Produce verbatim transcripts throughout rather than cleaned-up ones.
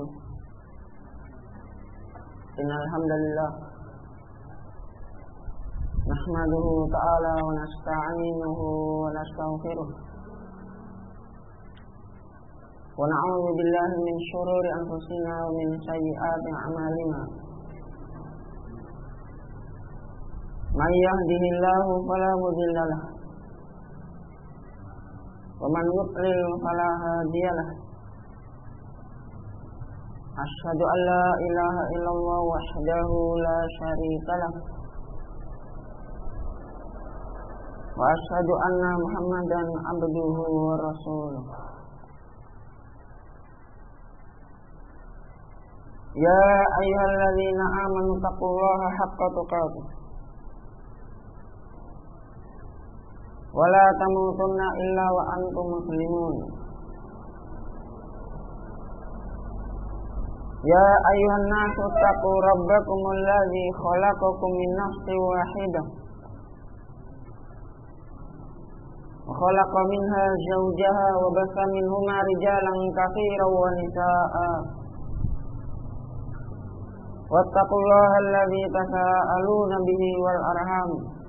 Innal hamdalillah nahmaduhu ta'ala wa nasta'inuhu wa nastaghfiruh wa na'udzu billahi min shururi anfusina wa min sayyiati a'malina. May yahdihillahu fala mudilla lahu wa man yudlil fala hadiya lahu. Asyhadu an la ilaha illallah wahdahu la syarika lahu wa asyhadu anna Muhammadan abduhu wa rasuluh. Ya ayyuhalladzina amanu taqullaha haqqa tuqatih wa la tamutunna illa wa antum muslimun. Ya ayyuhan nasu taqu rabbakumul ladzi khalaqakum min nafsin wahidah wa khalaqa minha zawjaha wa bassa minhuma rijalan katsiran wa nisaa'a wattaqullaha alladzi tasaaluna bihi wal arham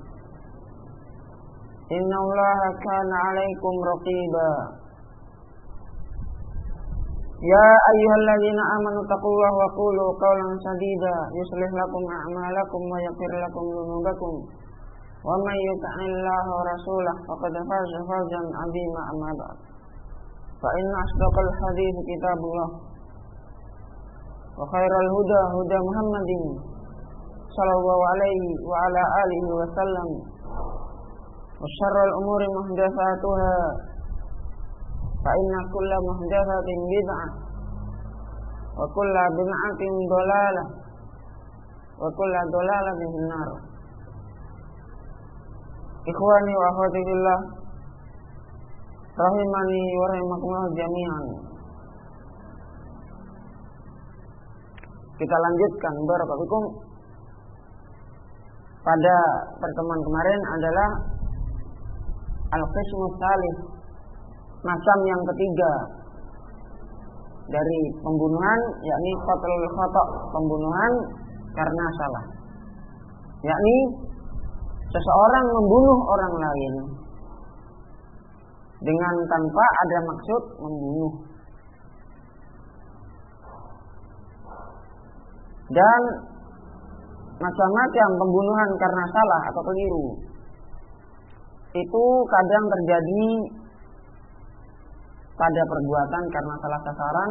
innallaha kana 'alaikum raqiba. Ya ayyuhalladzina amanu taqullaha wa qulu qawlan sadida yuslih lakum a'malakum wa yaghfir lakum dhunubakum wa may yuti'illaha wa rasulahu faqad faza fawzan 'azima. Amma ba'd, fa inna asdaqal hadithi kitabullah wa khairal huda huda Muhammadin sallallahu alaihi wa ala alihi wa sallam wa syarrul umuri muhdatsatuha fa inna kulla muhdatsatin bid'ah wa kulla bid'atin dhalalah wa kulla dhalalatin finnar. Ikhwani wa akhwati fillah rahimani wa rahimakumullah jami'an. Kita lanjutkan barakallahu. Pada pertemuan kemarin adalah al-qismus tsalits, macam yang ketiga dari pembunuhan, yakni qatlul khata', pembunuhan karena salah, yakni seseorang membunuh orang lain dengan tanpa ada maksud membunuh. Dan macam-macam pembunuhan karena salah atau keliru itu kadang terjadi pada perbuatan karena salah sasaran.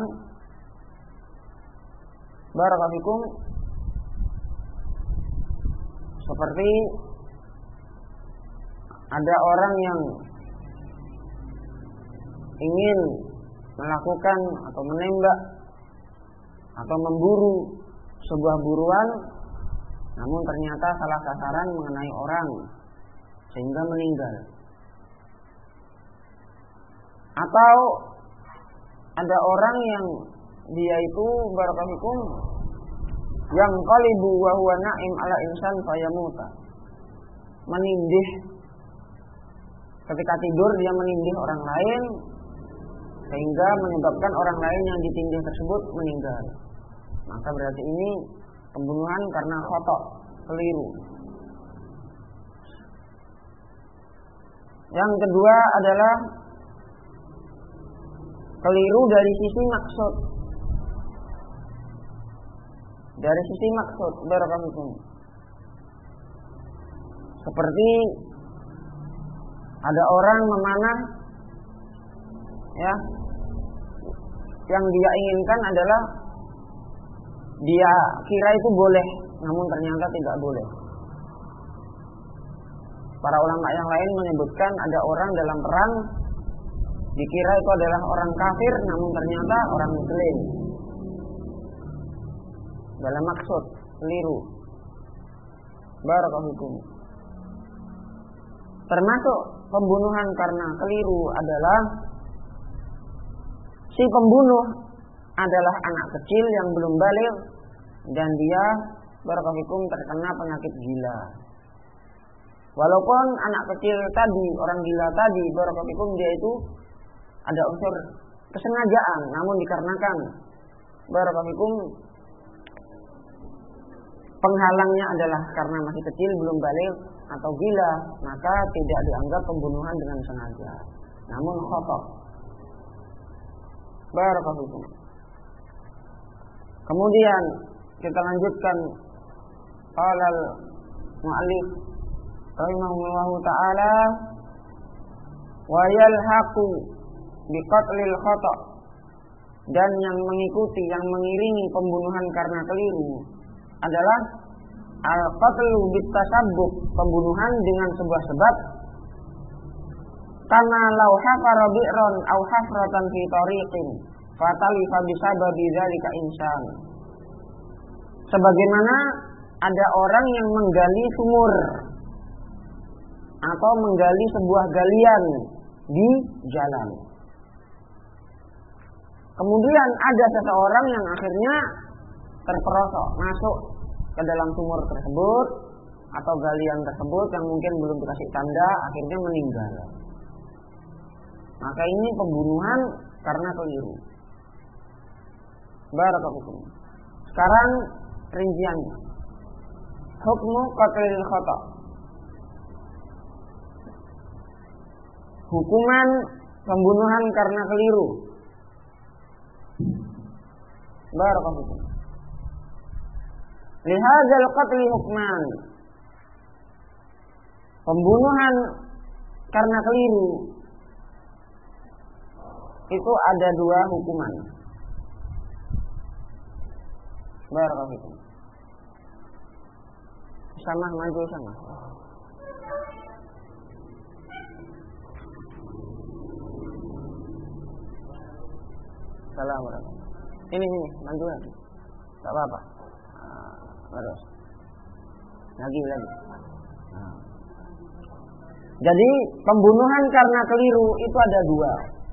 Barakallahu fikum, seperti ada orang yang ingin melakukan atau menembak atau memburu sebuah buruan, namun ternyata salah sasaran mengenai orang sehingga meninggal. Atau ada orang yang dia itu barakallahu fikum yang qalibu wa huwa na'im ala insan fayamuta, menindih ketika tidur, dia menindih orang lain sehingga menyebabkan orang lain yang ditindih tersebut meninggal. Maka berarti ini pembunuhan karena khata', keliru. Yang kedua adalah keliru dari sisi maksud. Dari sisi maksud, barakallahu. Seperti ada orang memanah, ya, yang dia inginkan adalah dia kira itu boleh, namun ternyata tidak boleh. Para ulama yang lain menyebutkan ada orang dalam perang dikira itu adalah orang kafir, namun ternyata orang muslim. Dalam maksud keliru. Barakallahu fikum. Termasuk pembunuhan karena keliru adalah si pembunuh adalah anak kecil yang belum baligh dan dia barakallahu fikum terkena penyakit gila. Walaupun anak kecil tadi, orang gila tadi barakallahu fikum dia itu ada unsur kesengajaan, namun dikarenakan Barakallahu, penghalangnya adalah karena masih kecil, belum balik atau gila, maka tidak dianggap pembunuhan dengan sengaja, namun khata'. Barakallahu. Kemudian kita lanjutkan, qala al-mu'allif rahimahullahu ta'ala, wa yalhaqu biqatlil khata', dan yang mengikuti, yang mengiringi pembunuhan karena keliru adalah al-qatlu bitasabbuq, pembunuhan dengan sebuah sebab, kama law hafara bi'ran aw hafratan fi tariqin fatalifa bisababi dzalika insan. Sebagaimana ada orang yang menggali sumur atau menggali sebuah galian di jalan. Kemudian ada seseorang yang akhirnya terperosok masuk ke dalam sumur tersebut atau galian tersebut yang mungkin belum dikasih tanda, akhirnya meninggal. Maka ini pembunuhan karena keliru. Barakallahu. Sekarang rinciannya. Hukmu qatlil khata'. Hukuman pembunuhan karena keliru. Barakallahu. Lihadzal qatli hukman. Pembunuhan karena keliru itu ada dua hukuman. Barakallahu. Sama maju sama. Assalamualaikum. Ini ini maju lagi. Tak apa-apa. Terus. Lagi lagi. Nah. Jadi pembunuhan karena keliru itu ada dua.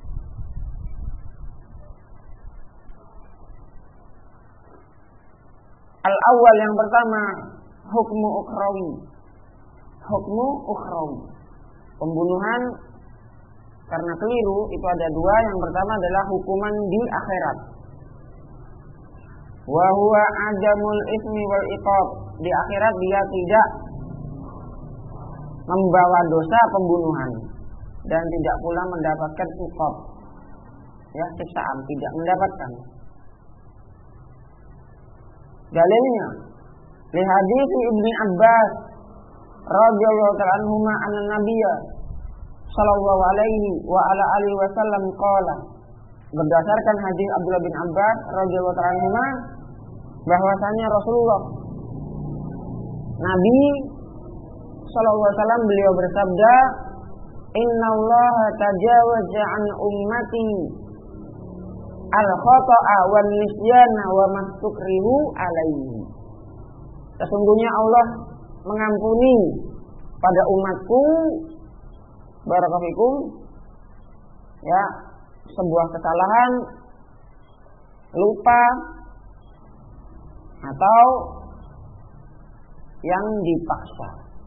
Al-awwal, yang pertama, hukmu ukhrawi. Hukmu ukhrawi. Pembunuhan karena keliru itu ada dua. Yang pertama adalah hukuman di akhirat. Wa huwa adamul ismi wal iqab. Di akhirat dia tidak membawa dosa pembunuhan dan tidak pula mendapatkan iqab, ya, siksaan, tidak mendapatkan. Dalilnya li hadis Ibnu Abbas radhiyallahu ta'ala anhuma anna nabiyya sallallahu alaihi wa ala alihi wasallam qala, berdasarkan hadis Abdullah bin Abbas radhiyallahu ta'ala anhuma bahwasanya Rasulullah Nabi sallallahu alaihi wasallam beliau bersabda, innallaha tajawaza an ummati al-khata'a wan nisyana wa mastukrihu alaihi. Sesungguhnya Allah mengampuni pada umatku, barakallahu fikum, ya, sebuah kesalahan, lupa, atau yang dipaksa.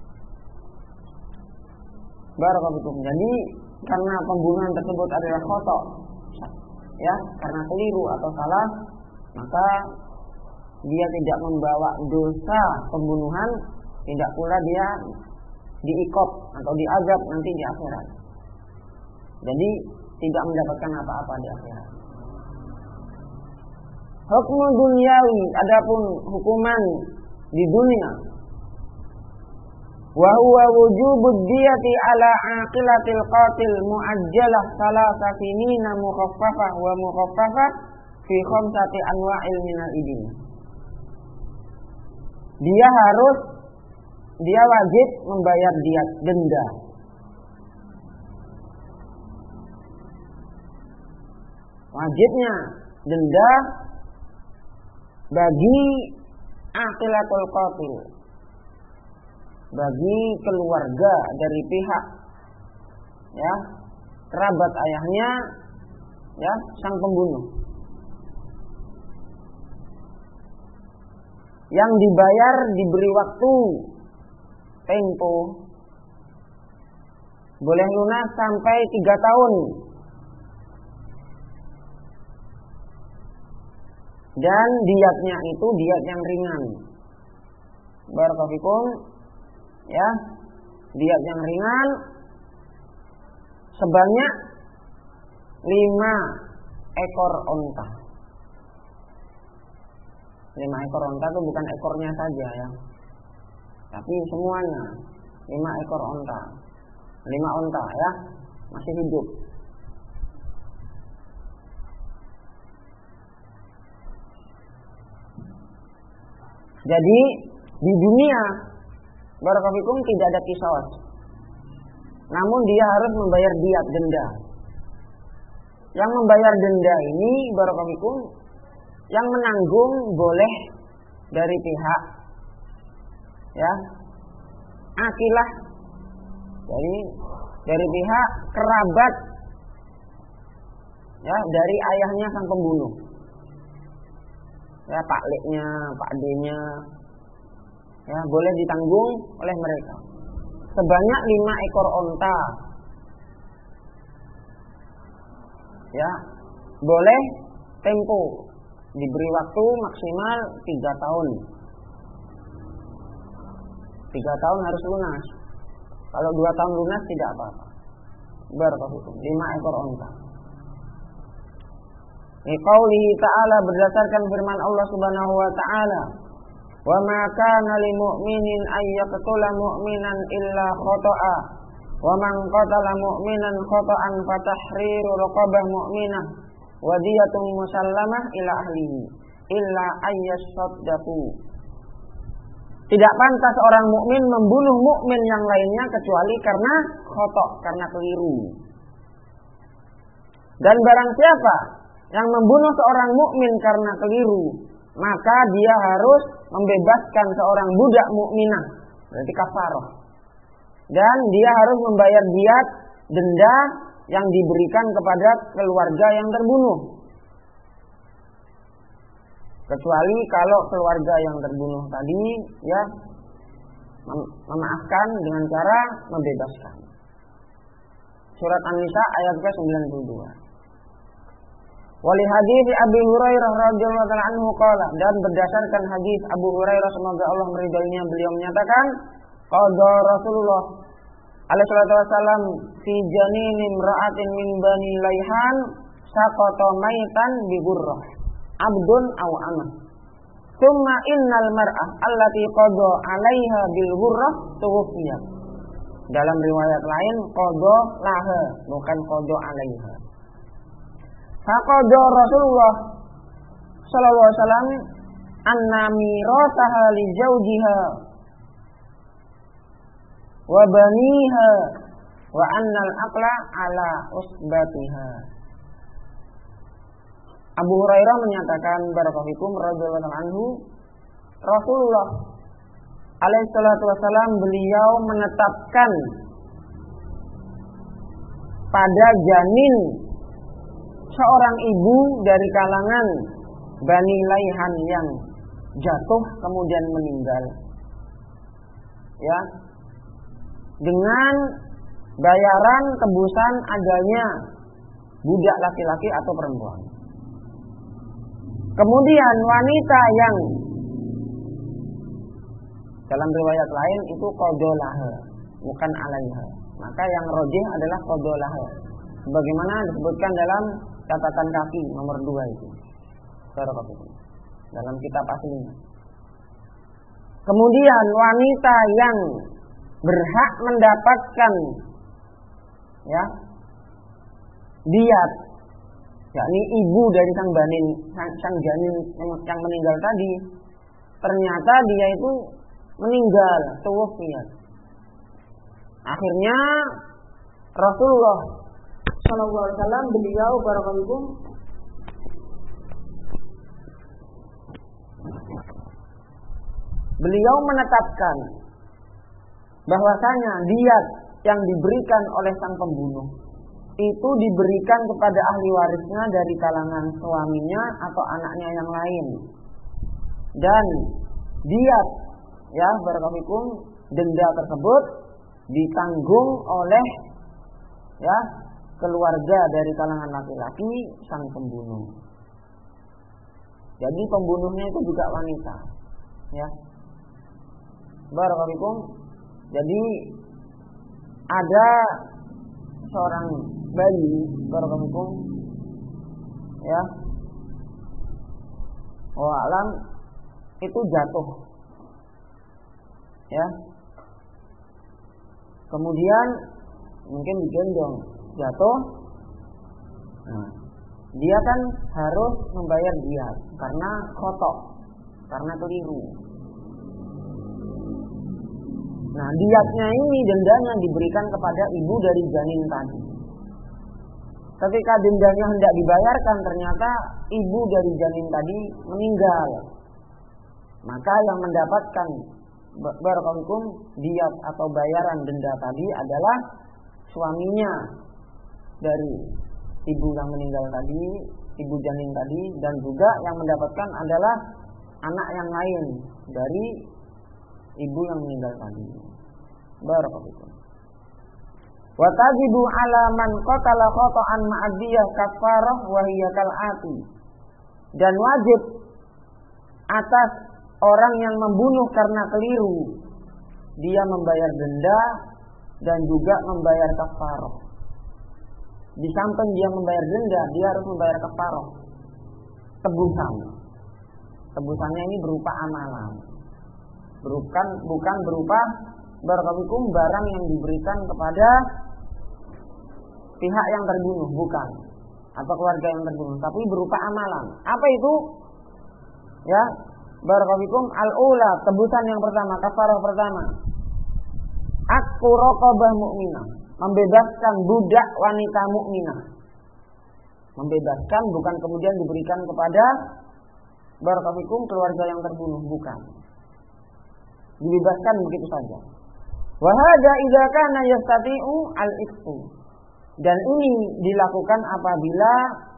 Barakallahu fikum. Jadi karena pembunuhan tersebut adalah khata', ya, karena keliru atau salah, maka dia tidak membawa dosa pembunuhan, tidak pula dia diikop atau diazab nanti di akhirat. Jadi tidak mendapatkan apa-apa di akhirat. Hukum duniawi, adapun hukuman di dunia, wa huwa wujubud diyati ala aqilatil qatil muajjalah salasa sinina mukhaffafah wa mukhaffafah fi khamsati anwa'il minal idin. Dia harus, dia wajib membayar diyat, denda. Wajibnya denda bagi aqilatul qatil, bagi keluarga dari pihak, ya, kerabat ayahnya, ya, sang pembunuh, yang dibayar diberi waktu tempo, boleh lunas sampai tiga tahun. Dan diyatnya itu diyat yang ringan. Barakallahu fikum, ya, diyat yang ringan sebanyak lima ekor onta. Lima ekor onta itu bukan ekornya saja ya, tapi semuanya. Lima ekor onta, lima onta ya, masih hidup. Jadi di dunia barakallahu fikum tidak ada qisas, namun dia harus membayar diyat, denda. Yang membayar denda ini barakallahu fikum, yang menanggung boleh dari pihak ya akilah, dari dari pihak kerabat ya, dari ayahnya sang pembunuh. Ya, Pak Leknya, Pak D-nya, ya boleh ditanggung oleh mereka. Sebanyak lima ekor onta, ya boleh tempo, diberi waktu maksimal tiga tahun. Tiga tahun harus lunas. Kalau dua tahun lunas tidak apa-apa. Barakallahu fikum. Lima ekor onta. Liqaulihi ta'ala, berdasarkan firman Allah Subhanahu wa ta'ala, wa ma kana lil mu'minin ay yaqtula mu'minan illa khata'a wa man qatala mu'minan khata'an fatahriru raqabah mu'minah wa diyatun musallamah ila ahlihi illa ayyasaddaqu. Tidak pantas orang mukmin membunuh mukmin yang lainnya kecuali karena khata', karena keliru. Dan barang siapa yang membunuh seorang mukmin karena keliru, maka dia harus membebaskan seorang budak mukminah, berarti kafarah. Dan dia harus membayar diyat, denda yang diberikan kepada keluarga yang terbunuh. Kecuali kalau keluarga yang terbunuh tadi ya mem- memaafkan dengan cara membebaskan. Surat An-Nisa ayat ke sembilan puluh dua. Wali hadis Abi Hurairah radhiyallahu anhu qala, dan berdasarkan hadis Abu Hurairah semoga Allah meridainya, beliau menyatakan qada Rasulullah alaihi salatu wasallam fi janin imra'atin min bani Laihan saqata maitan bi burrah abdun aw amah thumma innal mar'ah allati qada 'alaiha bil burrah tuwfiyat. Dalam riwayat lain qada laha, bukan qada 'alaiha. Faqada Rasulullah sallallahu alaihi wasallam anna mirataha li zawjiha wa baniha wa anna al-aqla ala usbatiha. Abu Hurairah menyatakan barakallahu fikum radhiyallahu anhu, Rasulullah alaihi salatu wasallam beliau menetapkan pada janin seorang ibu dari kalangan Bani Laihan yang jatuh kemudian meninggal, ya, dengan bayaran tebusan adanya budak laki-laki atau perempuan. Kemudian wanita yang dalam riwayat lain itu qadolaha, bukan alaiha. Maka yang rajih adalah qadolaha, sebagaimana disebutkan dalam catatan kaki nomor dua itu, dalam kitab aslinya. Kemudian wanita yang berhak mendapatkan ya diyat, yakni ibu dari sang banin, sang, sang janin yang meninggal tadi, ternyata dia itu meninggal, tuwfiyat. Akhirnya Rasulullah sallallahu alaihi wasallam beliau barakallahu beliau menetapkan bahwasanya diyat yang diberikan oleh sang pembunuh itu diberikan kepada ahli warisnya dari kalangan suaminya atau anaknya yang lain, dan diyat ya barakallahu denda tersebut ditanggung oleh ya keluarga dari kalangan laki-laki sang pembunuh. Jadi pembunuhnya itu juga wanita. Ya. Barakallahu. Jadi ada seorang bayi, barakallahu, ya, wallahu alam, itu jatuh, ya, kemudian mungkin digendong, jatuh, nah, dia kan harus membayar diyat karena khotok, karena keliru. Nah, diyatnya ini, dendanya diberikan kepada ibu dari janin tadi. Ketika dendanya hendak dibayarkan, ternyata ibu dari janin tadi meninggal. Maka yang mendapatkan barakallahu diyat atau bayaran denda tadi adalah suaminya dari ibu yang meninggal tadi, ibu janin tadi, dan juga yang mendapatkan adalah anak yang lain dari ibu yang meninggal tadi. Barakallahu. Wa tajibu ala man qatala khata'an ma'adiyah kafarah wa hiya kal'ati. Dan wajib atas orang yang membunuh karena keliru, dia membayar denda dan juga membayar kafarah. Di samping dia membayar denda, dia harus membayar kafarah, tebusan. Tebusannya ini berupa amalan. Bukan bukan berupa barakallahu barang yang diberikan kepada pihak yang terbunuh, bukan, atau keluarga yang terbunuh, tapi berupa amalan. Apa itu? Ya, barakallahu al-ula, tebusan yang pertama, kafarah pertama. Akku raqabah mukminah, membebaskan budak wanita mukminah. Membebaskan bukan kemudian diberikan kepada barakallahu keluarga yang terbunuh, bukan. Dibebaskan begitu saja. Wa hadza idza kana yastati'u al-itqu. Dan ini dilakukan apabila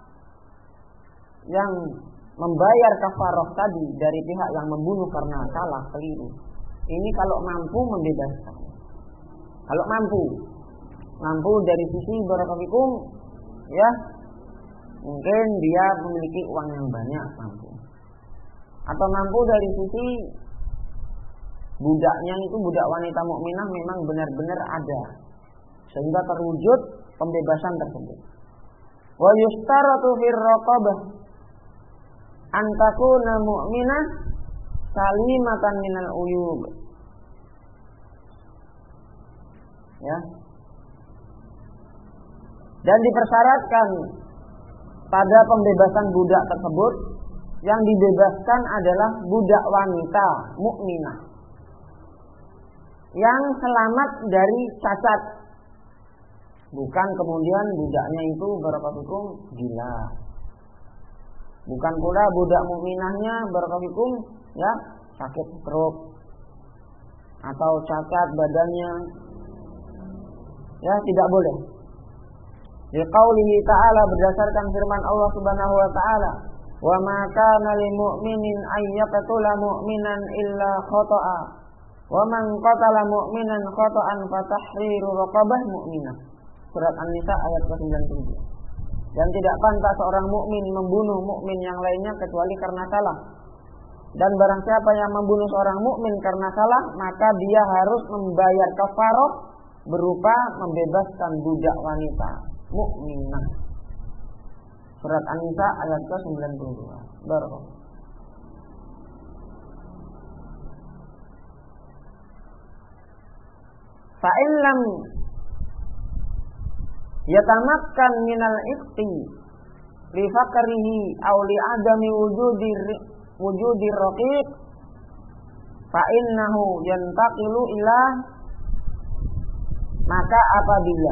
yang membayar kafarah tadi dari pihak yang membunuh karena salah, keliru. Ini kalau mampu membebaskan. Kalau mampu, mampu dari sisi barakallahu ya, mungkin dia memiliki uang yang banyak, mampu. Atau mampu dari sisi budaknya itu, budak wanita mukminah memang benar-benar ada, sehingga terwujud pembebasan tersebut. Wa yustaratu fir raqabah an takuna mu'minah salimatan minal uyub. Ya. Dan dipersyaratkan pada pembebasan budak tersebut, yang dibebaskan adalah budak wanita mukminah yang selamat dari cacat. Bukan kemudian budaknya itu barakallahu gila. Bukan pula budak mukminahnya barakallahu ya sakit stroke atau cacat badannya. Ya, tidak boleh. Liqaulihi ta'ala, berdasarkan firman Allah Subhanahu wa taala, "Wa ma kana lil mu'minin ay yaqtula mu'minan illa khata'a. Wa man qatala mu'minan khata'an fa tahriru raqabah mu'minah." Surat An-Nisa ayat ke sembilan puluh tujuh. Dan tidak pantas seorang mukmin membunuh mukmin yang lainnya kecuali karena salah. Dan barang siapa yang membunuh seorang mukmin karena salah, maka dia harus membayar kafarah berupa membebaskan budak wanita mukminah. Surat An-Nisa ayat ke sembilan puluh dua. Barakallahu. Fa in lam yatamakkan minal iqti li fakrihi aw li adami wujudi wujudi raqiq fa innahu yantaqilu ila, maka apabila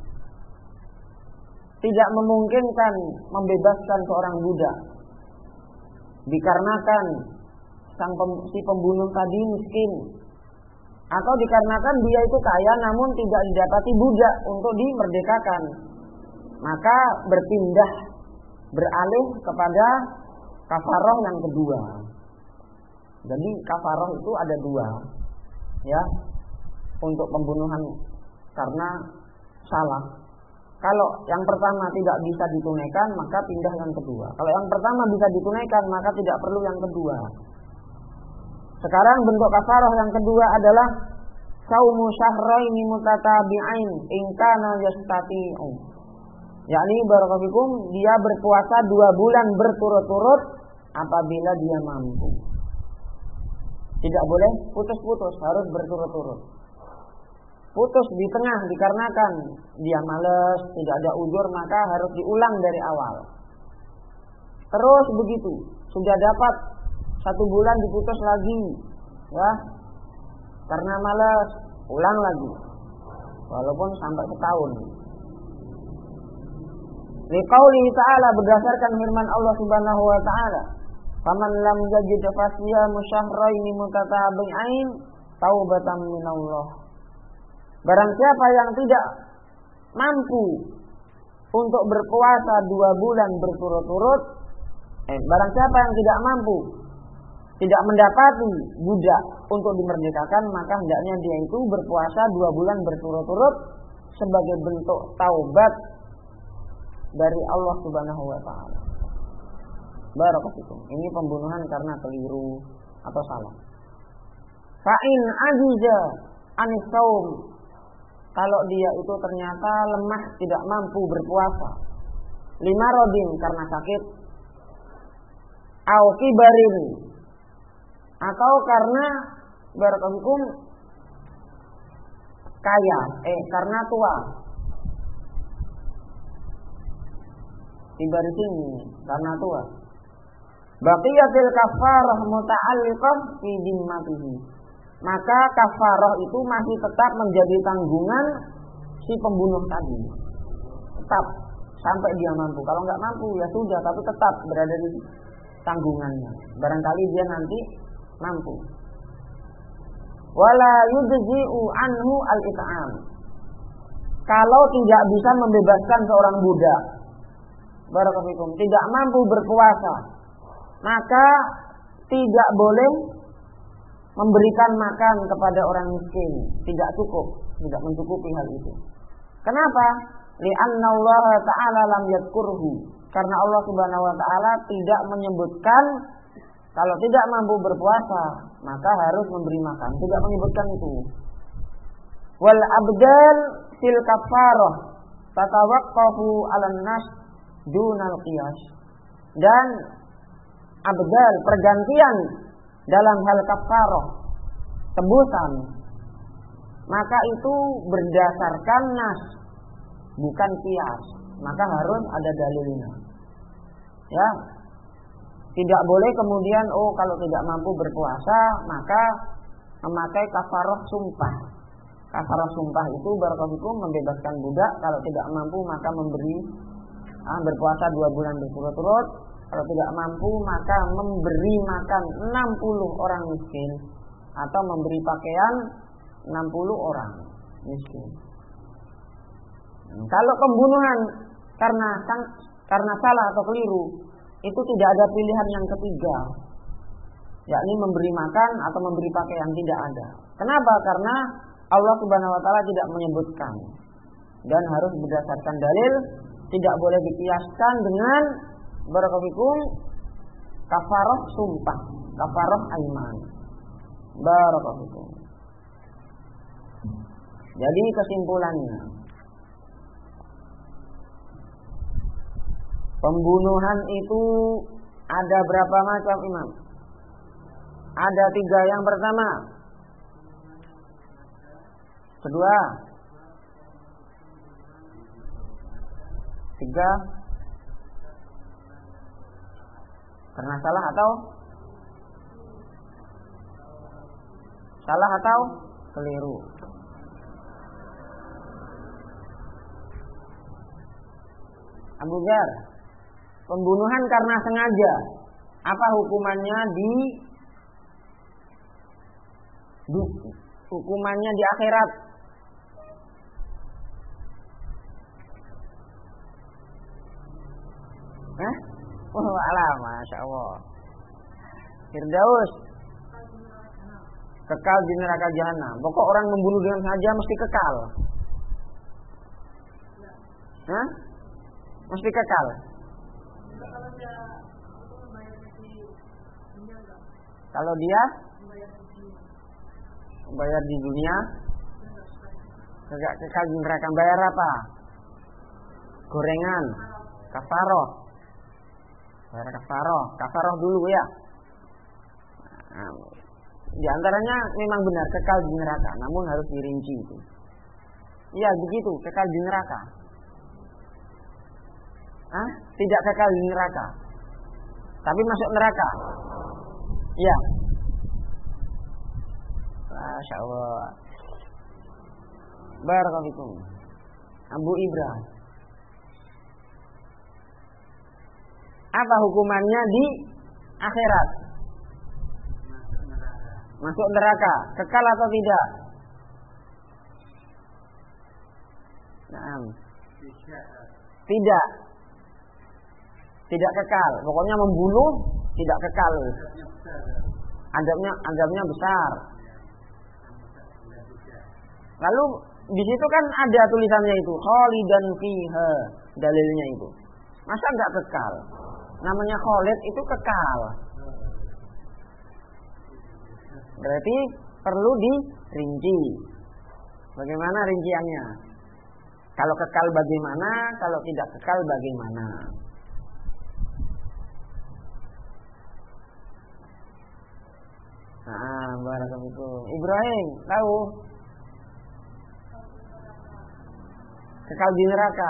tidak memungkinkan membebaskan seorang budak dikarenakan sang pem, si pembunuh tadi miskin, atau dikarenakan dia itu kaya namun tidak didapati budak untuk dimerdekakan, maka berpindah beralih kepada kafarah yang kedua. Jadi kafarah itu ada dua, ya, untuk pembunuhan karena salah. Kalau yang pertama tidak bisa ditunaikan, maka pindah yang kedua. Kalau yang pertama bisa ditunaikan, maka tidak perlu yang kedua. Sekarang bentuk kafarah yang kedua adalah saumu syahraini mutatabi'ain in kana yastati'u. Yakni barakallahu dia berpuasa dua bulan berturut-turut apabila dia mampu. Tidak boleh putus-putus, harus berturut-turut. Putus di tengah dikarenakan dia malas, tidak ada uzur, maka harus diulang dari awal. Terus begitu, sudah dapat satu bulan diputus lagi, ya, karena malas, ulang lagi, walaupun sampai setahun. Liqaulihi ta'ala, berdasarkan firman Allah Subhanahu wa ta'ala, faman lam yajid fasiyamu syahraini mutatabi'ain taubatan minallah. Barang siapa yang tidak mampu untuk berpuasa dua bulan berturut-turut, eh, barang siapa yang tidak mampu, tidak mendapati budak untuk dimerdekakan, maka hendaknya dia itu berpuasa dua bulan berturut-turut sebagai bentuk taubat dari Allah Subhanahu wa ta'ala. Barakallahu. Ini pembunuhan karena keliru atau salah. Fa'in ajiza anis saum, kalau dia itu ternyata lemah, tidak mampu berpuasa, lima rodin karena sakit, au kibarin, atau karena barakallahu kaya, eh karena tua. Kibar sini karena tua. Baqiyatil kafarah muta'alliqah fi dimmatihi. Maka kafarah itu masih tetap menjadi tanggungan si pembunuh tadi. Tetap sampai dia mampu. Kalau nggak mampu ya sudah, tapi tetap berada di tanggungannya. Barangkali dia nanti mampu. Wala yujzi'u anhu al-it'am. Kalau tidak bisa membebaskan seorang budak, barakallahu, tidak mampu berpuasa, maka tidak boleh memberikan makan kepada orang miskin, tidak cukup, tidak mencukupi hal itu. Kenapa? Li'anna Allah Ta'ala lam yadkurhu, karena Allah Subhanahu wa ta'ala tidak menyebutkan kalau tidak mampu berpuasa maka harus memberi makan, tidak menyebutkan itu. Wal abdal fil kafarah tatawaqqafu 'alan nas dunal qiyas. Dan abdal, pergantian dalam hal kafarah, tebusan, maka itu berdasarkan nas, bukan qiyas. Maka harus ada dalilnya. Ya. Tidak boleh kemudian oh kalau tidak mampu berpuasa maka memakai kafarah sumpah. Kafarah sumpah itu barakallahu membebaskan budak, kalau tidak mampu maka memberi ah, berpuasa dua bulan berturut-turut, kalau tidak mampu maka memberi makan enam puluh orang miskin atau memberi pakaian enam puluh orang miskin. Kalau pembunuhan karena karena salah atau keliru, itu tidak ada pilihan yang ketiga, yakni memberi makan atau memberi pakaian, tidak ada. Kenapa? Karena Allah Subhanahu wa ta'ala tidak menyebutkan, dan harus berdasarkan dalil, tidak boleh dikiaskan dengan barakallahu kafarah sumpah, kafarah aiman. Barakallahu. Jadi kesimpulannya, pembunuhan itu ada berapa macam, Imam? Ada tiga. Yang pertama, kedua, tiga, karena salah atau salah atau keliru. Abu Jar, pembunuhan karena sengaja, apa hukumannya di, di hukumannya di akhirat? Hah? Wah, oh, alah, masya Allah. Firdaus, kekal di neraka jahanam. Pokok orang membunuh dengan sengaja mesti kekal. Hah? Mesti kekal. Kalau dia bayar di dunia, kagak kekal di neraka. Bayar apa? Gorengan, kafaroh. Bayar kafaroh, kafaroh dulu ya. Nah, di antaranya memang benar kekal di neraka, namun harus dirinci itu. Iya begitu, kekal di neraka. Hah? Tidak kekal di neraka, tapi masuk neraka. Iya. Masya Allah. Barakallahu. Abu Ibrahim. Apa hukumannya di akhirat? Masuk neraka. Kekal atau tidak? Nah. Tidak. Tidak kekal. Pokoknya membunuh tidak kekal. Adabnya adabnya besar. Lalu di situ kan ada tulisannya itu khalidan fiha, dalilnya itu. Masa enggak kekal? Namanya khalid itu kekal. Berarti perlu dirinci. Bagaimana rinciannya? Kalau kekal bagaimana? Kalau tidak kekal bagaimana? Nah, barakallahu. Ibrahim, tahu? Kekal di neraka.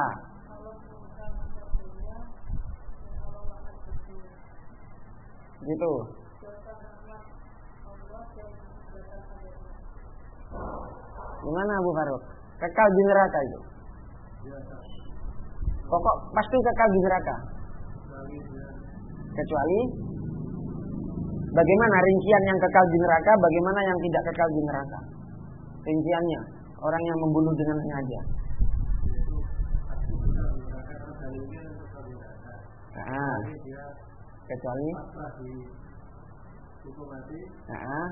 Gitu. Gimana Abu Faruk? Kekal di neraka itu? Pokok pasti kekal di neraka. Kecuali bagaimana rincian yang kekal di neraka, bagaimana yang tidak kekal di neraka? Rinciannya, orang yang membunuh dengan sengaja. Nah, kecuali nah,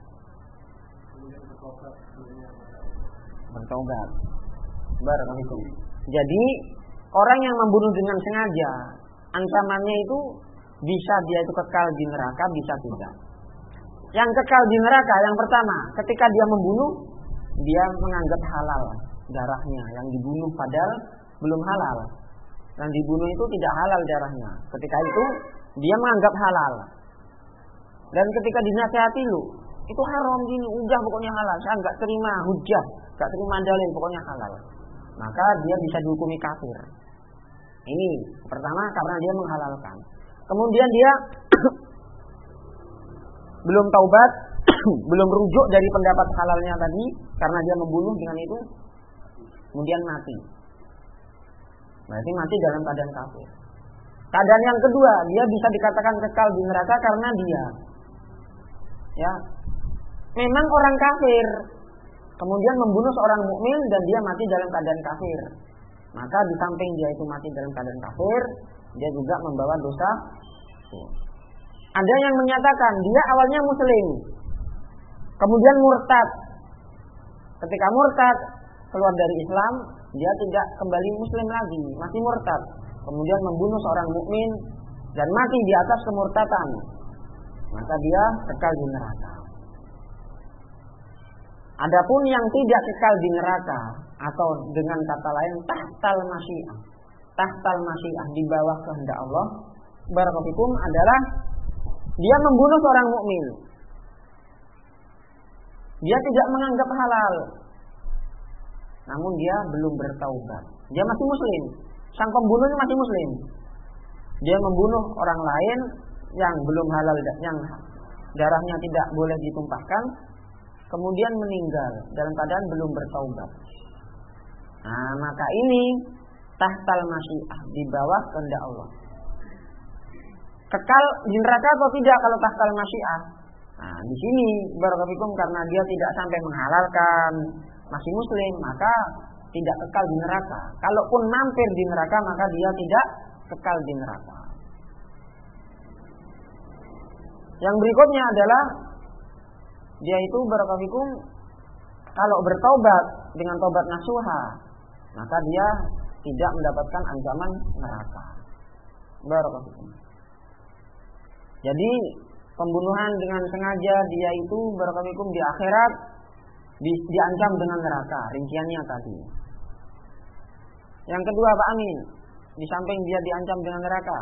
bertobat. Barakallahu. Jadi orang yang membunuh dengan sengaja, ancamannya itu bisa dia itu kekal di neraka, bisa tidak. Yang kekal di neraka yang pertama, ketika dia membunuh, dia menganggap halal darahnya yang dibunuh padahal belum halal. Yang dibunuh itu tidak halal darahnya. Ketika itu dia menganggap halal. Dan ketika dinasihati lu, itu haram gini, udah pokoknya halal. Saya enggak terima hujah, enggak terima dalil, pokoknya halal. Maka dia bisa dihukumi kafir. Ini pertama karena dia menghalalkan. Kemudian dia belum taubat, belum rujuk dari pendapat halalnya tadi karena dia membunuh dengan itu, kemudian mati. Berarti mati dalam keadaan kafir. Keadaan yang kedua, dia bisa dikatakan kekal di neraka karena dia ya memang orang kafir, kemudian membunuh seorang mukmin dan dia mati dalam keadaan kafir. Maka di samping dia itu mati dalam keadaan kafir, dia juga membawa dosa. Ada yang menyatakan dia awalnya muslim, kemudian murtad. Ketika murtad keluar dari Islam, dia tidak kembali muslim lagi, masih murtad. Kemudian membunuh seorang mukmin dan mati di atas kemurtatan. Maka dia kekal di neraka. Adapun yang tidak kekal di neraka atau dengan kata lain tahtal masyiah, tahtal masyiah di bawah kehendak Allah, barakallahu adalah dia membunuh seorang mukmin. Dia tidak menganggap halal, namun dia belum bertaubat. Dia masih muslim. Sang pembunuhnya masih muslim. Dia membunuh orang lain yang belum halal, yang darahnya tidak boleh ditumpahkan, kemudian meninggal dalam keadaan belum bertaubat. Nah, maka ini tahtal masyiah, di bawah kehendak Allah. Kekal di neraka atau tidak kalau tahtal masyiah? Nah, di sini barakallahu karena dia tidak sampai menghalalkan, masih muslim, maka tidak kekal di neraka. Kalaupun mampir di neraka, maka dia tidak kekal di neraka. Yang berikutnya adalah dia itu barakallahu kalau bertaubat dengan taubat nasuha, maka dia tidak mendapatkan ancaman neraka. Barakallahu. Jadi pembunuhan dengan sengaja dia itu barakallahu di akhirat di, diancam dengan neraka. Rinciannya tadi. Yang kedua Pak Amin, di samping dia diancam dengan neraka.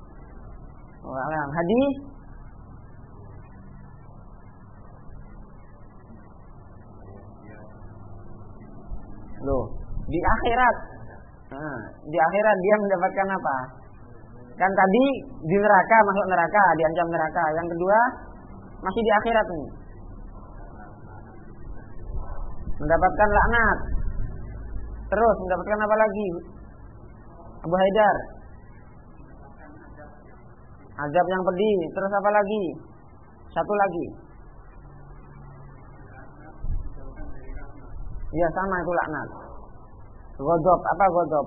Hadis loh, di akhirat. Nah, di akhirat dia mendapatkan apa? Kan tadi di neraka, masuk neraka, diancam neraka. Yang kedua masih di akhirat nih. Mendapatkan laknat. Terus mendapatkan apa lagi? Abu Haidar. Azab yang pedih. Terus apa lagi? Satu lagi. Ya sama itu laknat. Ghadab, apa ghadab?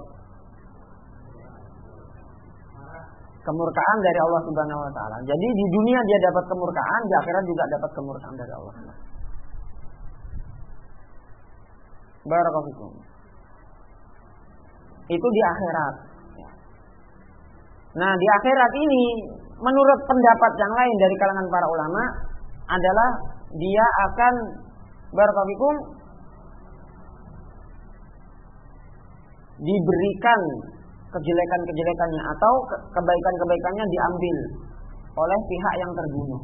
Kemurkaan dari Allah Subhanahu wa taala. Jadi di dunia dia dapat kemurkaan, di akhirat juga dapat kemurkaan dari Allah. Barakallahu fikum. Itu di akhirat. Nah, di akhirat ini menurut pendapat yang lain dari kalangan para ulama adalah dia akan barakallahu fikum diberikan kejelekan-kejelekannya atau kebaikan-kebaikannya diambil oleh pihak yang terbunuh.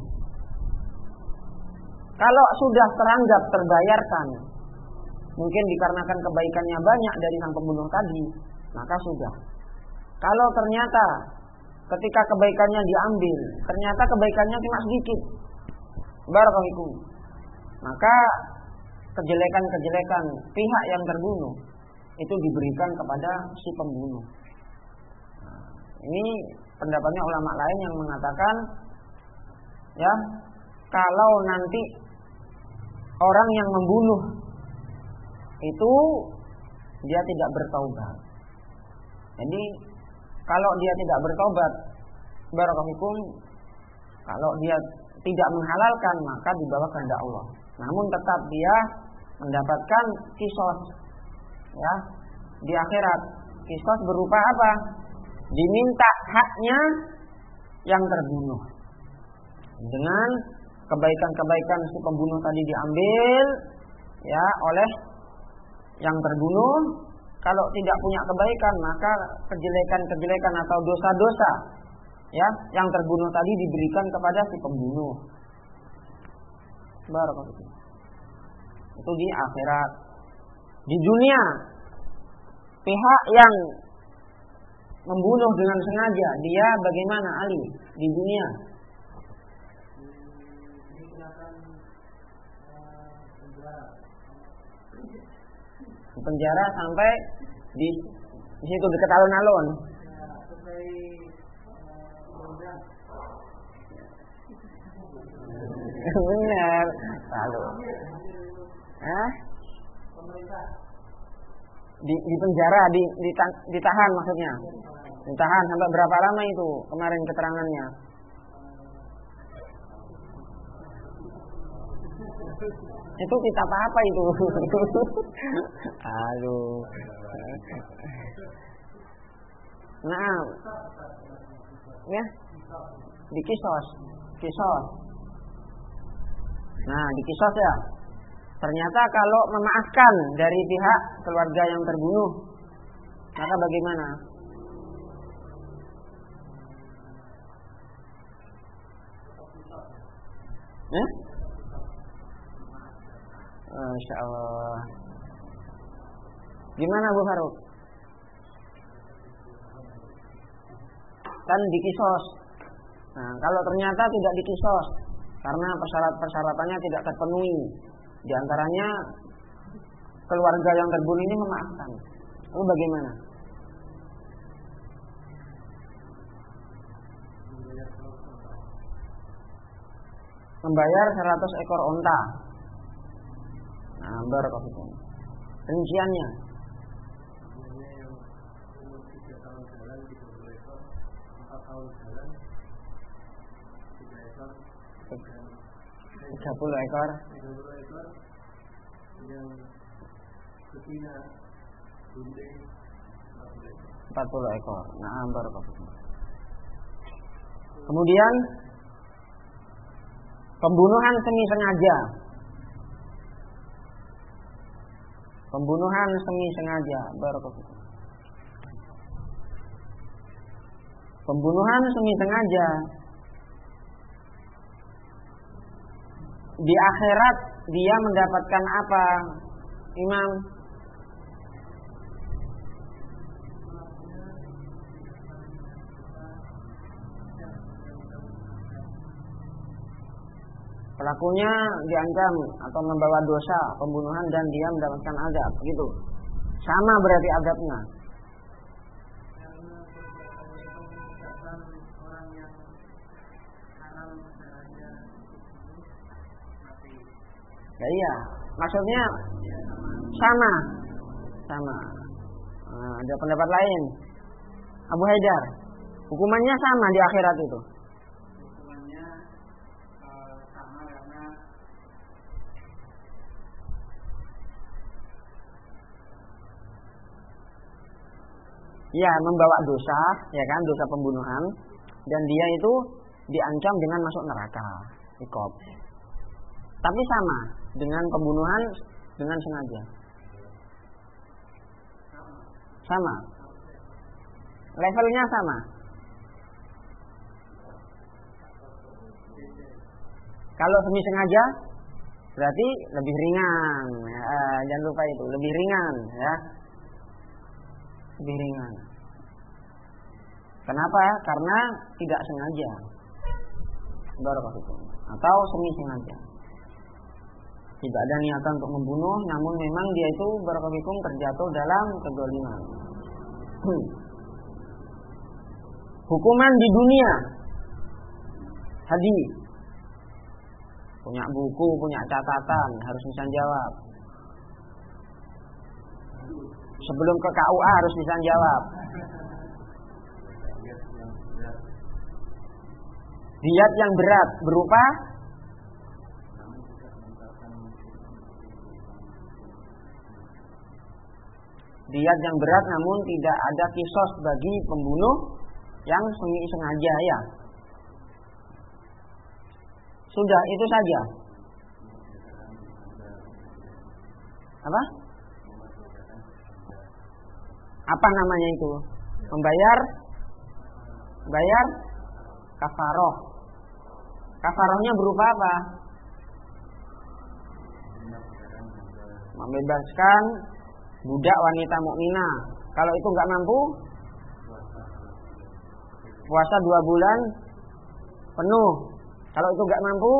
Kalau sudah teranggap terbayarkan, mungkin dikarenakan kebaikannya banyak dari sang pembunuh tadi, maka sudah. Kalau ternyata ketika kebaikannya diambil, ternyata kebaikannya cuma sedikit, barakallahu, maka kejelekan-kejelekan pihak yang terbunuh itu diberikan kepada si pembunuh. Nah, ini pendapatnya ulama lain yang mengatakan, ya, kalau nanti orang yang membunuh itu dia tidak bertaubat. Jadi kalau dia tidak bertaubat, barakallahu, kalau dia tidak menghalalkan maka dibawa kehendak Allah. Namun tetap dia mendapatkan qisas, ya, di akhirat. Qisas berupa apa? Diminta haknya yang terbunuh. Dengan kebaikan-kebaikan si pembunuh tadi diambil, ya, oleh yang terbunuh. Kalau tidak punya kebaikan, maka kejelekan-kejelekan atau dosa-dosa, ya, yang terbunuh tadi diberikan kepada si pembunuh. Barakallahu. Itu di akhirat. Di dunia, pihak yang membunuh dengan sengaja, dia bagaimana Ali di dunia? Di penjara sampai di, di situ dekat alun-alun. Benar. Lalu, Hah? Di, di penjara, di, di, ditahan maksudnya. Ditahan sampai berapa lama itu kemarin keterangannya? Itu kitab apa itu? Aduh. Nah, ya, di kisos, kisos. Nah, di kisos ya. Ternyata kalau memaafkan dari pihak keluarga yang terbunuh, maka bagaimana? Eh? Masya Allah. Gimana Bu Faruk? Kan dikisos. Nah, kalau ternyata tidak dikisos karena persyarat-persyaratannya tidak terpenuhi, di antaranya keluarga yang terbunuh ini memaafkan, lalu bagaimana? Membayar seratus ekor onta. Nah, barakallahu. Rinciannya tiga puluh ekor. Yang betina, gunting, empat puluh ekor. Nah, barakallahu. Kemudian pembunuhan semi sengaja. Pembunuhan semi sengaja. Barakallahu. Pembunuhan semi sengaja. Di akhirat dia mendapatkan apa, Imam? Pelakunya diancam atau membawa dosa pembunuhan dan dia mendapatkan azab, gitu. Sama berarti azabnya. Ya iya, maksudnya sama, sama. Nah, ada pendapat lain. Abu Haidar, hukumannya sama di akhirat itu. Hukumannya uh, sama karena ya membawa dosa, ya kan, dosa pembunuhan, dan dia itu diancam dengan masuk neraka, iqab. Tapi sama dengan pembunuhan dengan sengaja. Sama. Levelnya sama. Kalau semi sengaja berarti lebih ringan. Eh, jangan lupa itu, lebih ringan, ya. Lebih ringan. Kenapa? Karena tidak sengaja. Barakallahu. Atau semi sengaja. Tidak ada niatan untuk membunuh, namun memang dia itu barakallahu terjatuh dalam kezaliman. Hmm. Hukuman di dunia. Hadi. Punya buku, punya catatan, harus bisa jawab. Sebelum ke K U A harus bisa jawab. Diyat yang berat berupa Diyat yang berat namun tidak ada kisos bagi pembunuh yang semi sengaja, ya. Sudah itu saja. Apa? Apa namanya itu? Membayar Bayar kafaroh. Kafarohnya berupa apa? Membebaskan budak wanita mukminah. Kalau itu nggak mampu, puasa dua bulan penuh. Kalau itu nggak mampu,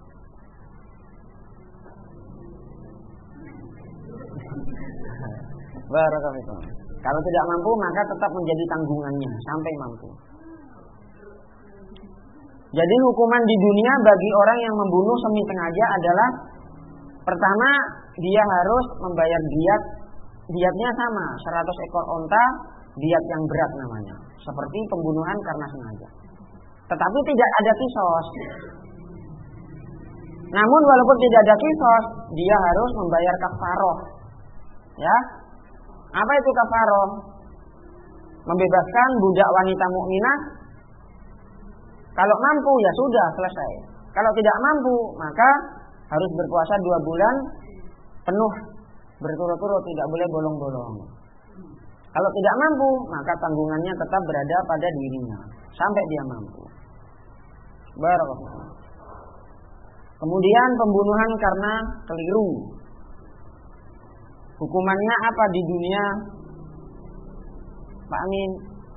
barakallahu. Kalau tidak mampu maka tetap menjadi tanggungannya sampai mampu. Jadi hukuman di dunia bagi orang yang membunuh semi sengaja adalah pertama dia harus membayar diyat. Diyatnya sama, seratus ekor onta, diyat yang berat namanya. Seperti pembunuhan karena sengaja. Tetapi tidak ada kisos. Namun walaupun tidak ada kisos, dia harus membayar kafaroh. Ya, apa itu kafaroh? Membebaskan budak wanita mukminah. Kalau mampu ya sudah selesai. Kalau tidak mampu maka harus berpuasa dua bulan penuh berturut-turut, tidak boleh bolong-bolong. Kalau tidak mampu maka tanggungannya tetap berada pada dirinya sampai dia mampu. Barakallahu. Kemudian pembunuhan karena keliru. Hukumannya apa di dunia? Pak Amin.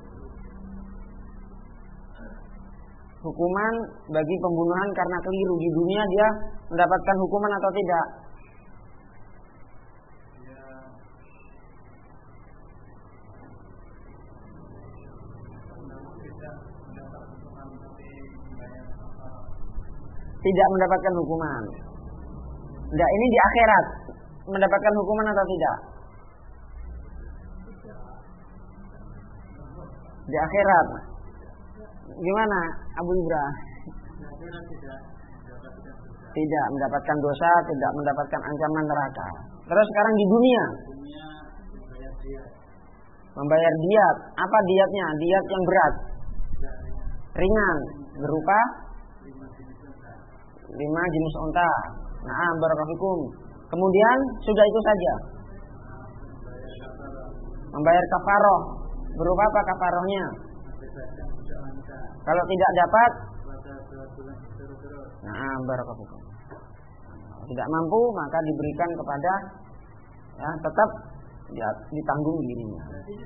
Hukuman bagi pembunuhan karena keliru di dunia dia mendapatkan hukuman atau tidak? Tidak mendapatkan hukuman. Tidak, ini di akhirat mendapatkan hukuman atau tidak? Di akhirat. Gimana Abu Ibra? Tidak mendapatkan dosa, tidak mendapatkan ancaman neraka. Terus sekarang di dunia membayar diat. Apa diatnya? Diat yang berat, ringan, berupa lima jenis unta. Nah, barakallahu. Kemudian sudah itu saja. Membayar kafaroh. Berupa apa kafarohnya? Kalau tidak dapat, nah, barakallahu. Tidak mampu maka diberikan kepada, ya, tetap ya, ditanggung dirinya.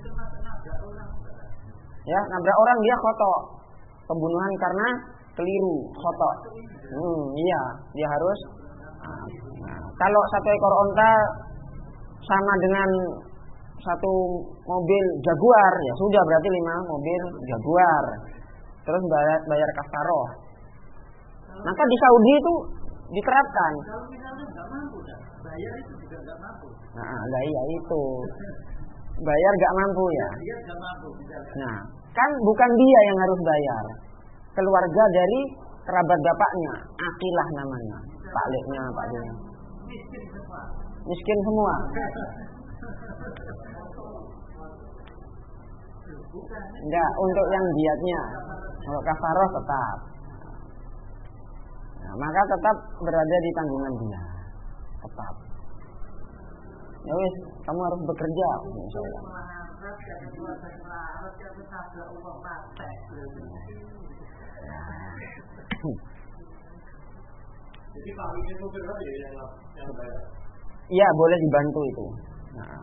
Ya, nabrak orang dia khoto, pembunuhan karena keliru, khoto. Hmm, iya, dia harus. Nah, kalau satu ekor onta sama dengan satu mobil Jaguar, ya sudah berarti lima mobil Jaguar. Terus bayar, bayar kafaroh. Maka di Saudi itu diterapkan. Kalau misalnya nggak mampu, bayar itu juga nggak mampu. Nah, enggak, iya itu. Bayar nggak mampu ya. Dia nggak mampu. Nah, kan bukan dia yang harus bayar. Keluarga dari kerabat bapaknya, akilah namanya, pakliknya, paknya. Miskin semua. Miskin semua. Enggak, untuk yang diatnya. Kalau kafaroh tetap. Nah, maka tetap berada di tanggungan dia. Tetap. Ya wis, kamu harus bekerja. Insyaallah. Jadi Pak ini supir aja yang yang bayar. Iya, boleh dibantu itu. Nah.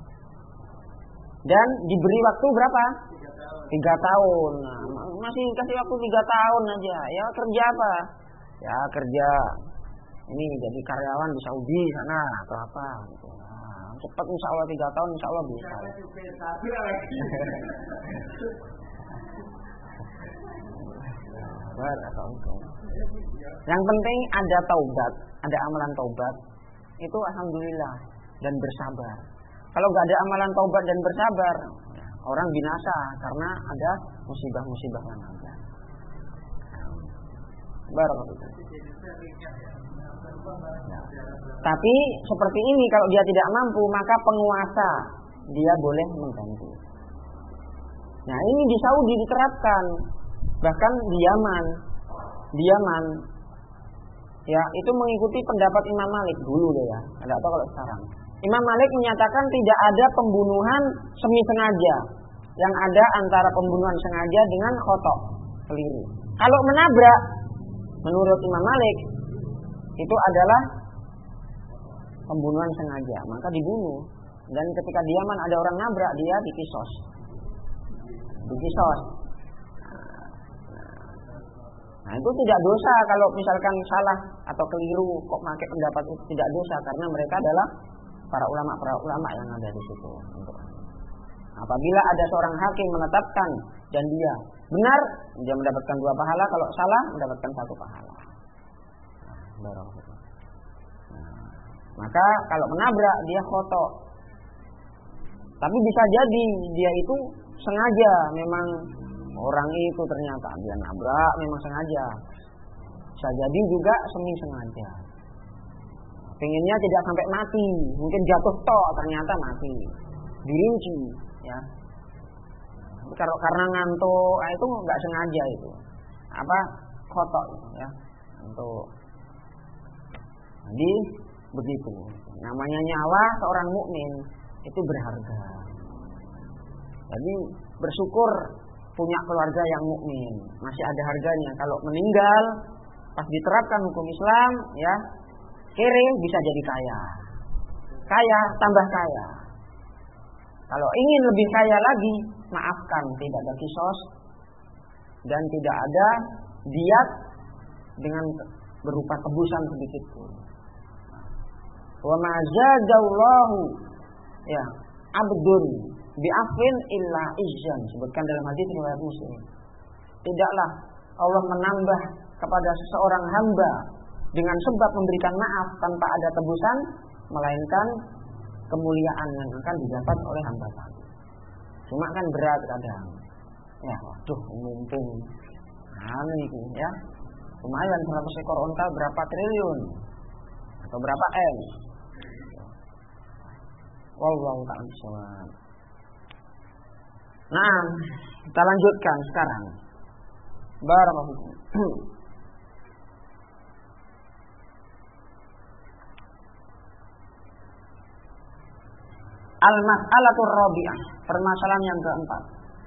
Dan diberi waktu berapa? Tiga tahun. Tiga tahun. Nah, masih kasih waktu tiga tahun aja. Ya kerja apa? Ya kerja ini jadi karyawan di Saudi sana atau apa gitu. Nah, cepat insya Allah tiga tahun insya Allah bisa. Yang penting ada taubat, ada amalan taubat. Itu alhamdulillah dan bersabar. Kalau nggak ada amalan taubat dan bersabar, orang binasa karena ada musibah-musibah yang ada. Barakallahu. Ya. Tapi seperti ini kalau dia tidak mampu maka penguasa dia boleh mengganti. Nah ini di Saudi diterapkan, bahkan di Yaman, di Yaman, ya itu mengikuti pendapat Imam Malik dulu deh ya. Tidak tahu kalau sekarang. Imam Malik menyatakan tidak ada pembunuhan semi sengaja, yang ada antara pembunuhan sengaja dengan khotok, keliru. Kalau menabrak, menurut Imam Malik itu adalah pembunuhan sengaja, maka dibunuh. Dan ketika di Yaman ada orang nabrak, dia dikisos, dikisos. Nah itu tidak dosa kalau misalkan salah atau keliru kok pakai pendapat itu, tidak dosa karena mereka adalah para ulama para ulama yang ada di situ. Apabila ada seorang hakim menetapkan dan dia benar, dia mendapatkan dua pahala, kalau salah mendapatkan satu pahala. Nah, nah, maka kalau menabrak dia khotok. Tapi bisa jadi dia itu sengaja, memang orang itu ternyata dia nabrak memang sengaja. Bisa jadi juga semi sengaja. Pengennya tidak sampai mati, mungkin jatuh toh ternyata mati, dirinci, ya. Kalau karena ngantuk, nah itu nggak sengaja itu, apa khotok, ya, untuk. Jadi begitu. Namanya nyawa seorang mukmin itu berharga. Jadi bersyukur punya keluarga yang mukmin, masih ada harganya. Kalau meninggal pas diterapkan hukum Islam, ya. Kere bisa jadi kaya, kaya tambah kaya. Kalau ingin lebih kaya lagi, maafkan, tidak ada kisos dan tidak ada diat dengan berupa tebusan sedikit pun. Wa ma zadallahu ya abdun bi'afin illa izzan, sebutkan dalam hadis riwayat Muslim. Tidaklah Allah menambah kepada seseorang hamba dengan sebab memberikan maaf tanpa ada tebusan, melainkan kemuliaan yang akan didapat oleh hamba tadi. Cuma kan berat kadang. Ya, waduh, mungkin aneh itu ya. Lumayan seratus ekor onta berapa triliun atau berapa M. Wallahu ta'ala. Nah, kita lanjutkan sekarang. Barakallahu. Al-mas'alatur rabi'ah, permasalahan yang keempat.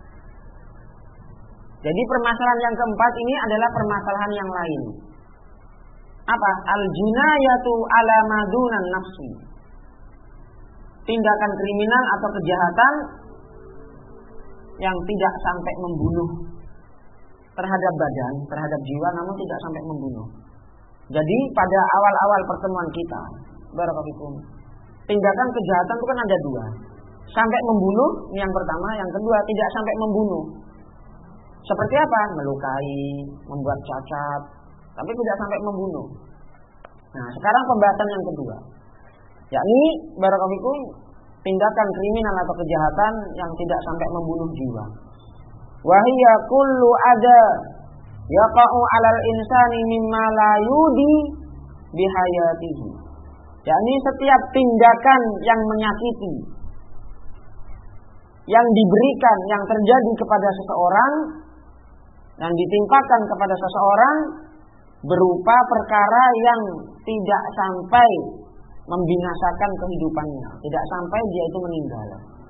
Jadi permasalahan yang keempat ini adalah permasalahan yang lain. Apa? Al-jinayatu ala madunan nafsi. Tindakan kriminal atau kejahatan yang tidak sampai membunuh terhadap badan, terhadap jiwa, namun tidak sampai membunuh. Jadi pada awal-awal pertemuan kita, barakallahu, tindakan kejahatan itu kan ada dua. Sampai membunuh, yang pertama, yang kedua tidak sampai membunuh. Seperti apa? Melukai, membuat cacat, tapi tidak sampai membunuh. Nah, sekarang pembahasan yang kedua, yakni barakallahu, tindakan kriminal atau kejahatan yang tidak sampai membunuh jiwa. Wahiyya kullu ada yaqa'u 'alal insani mimma la yudi bihayatihi. Yakni setiap tindakan yang menyakiti, yang diberikan, yang terjadi kepada seseorang, yang ditimpakan kepada seseorang berupa perkara yang tidak sampai membinasakan kehidupannya, tidak sampai dia itu meninggal.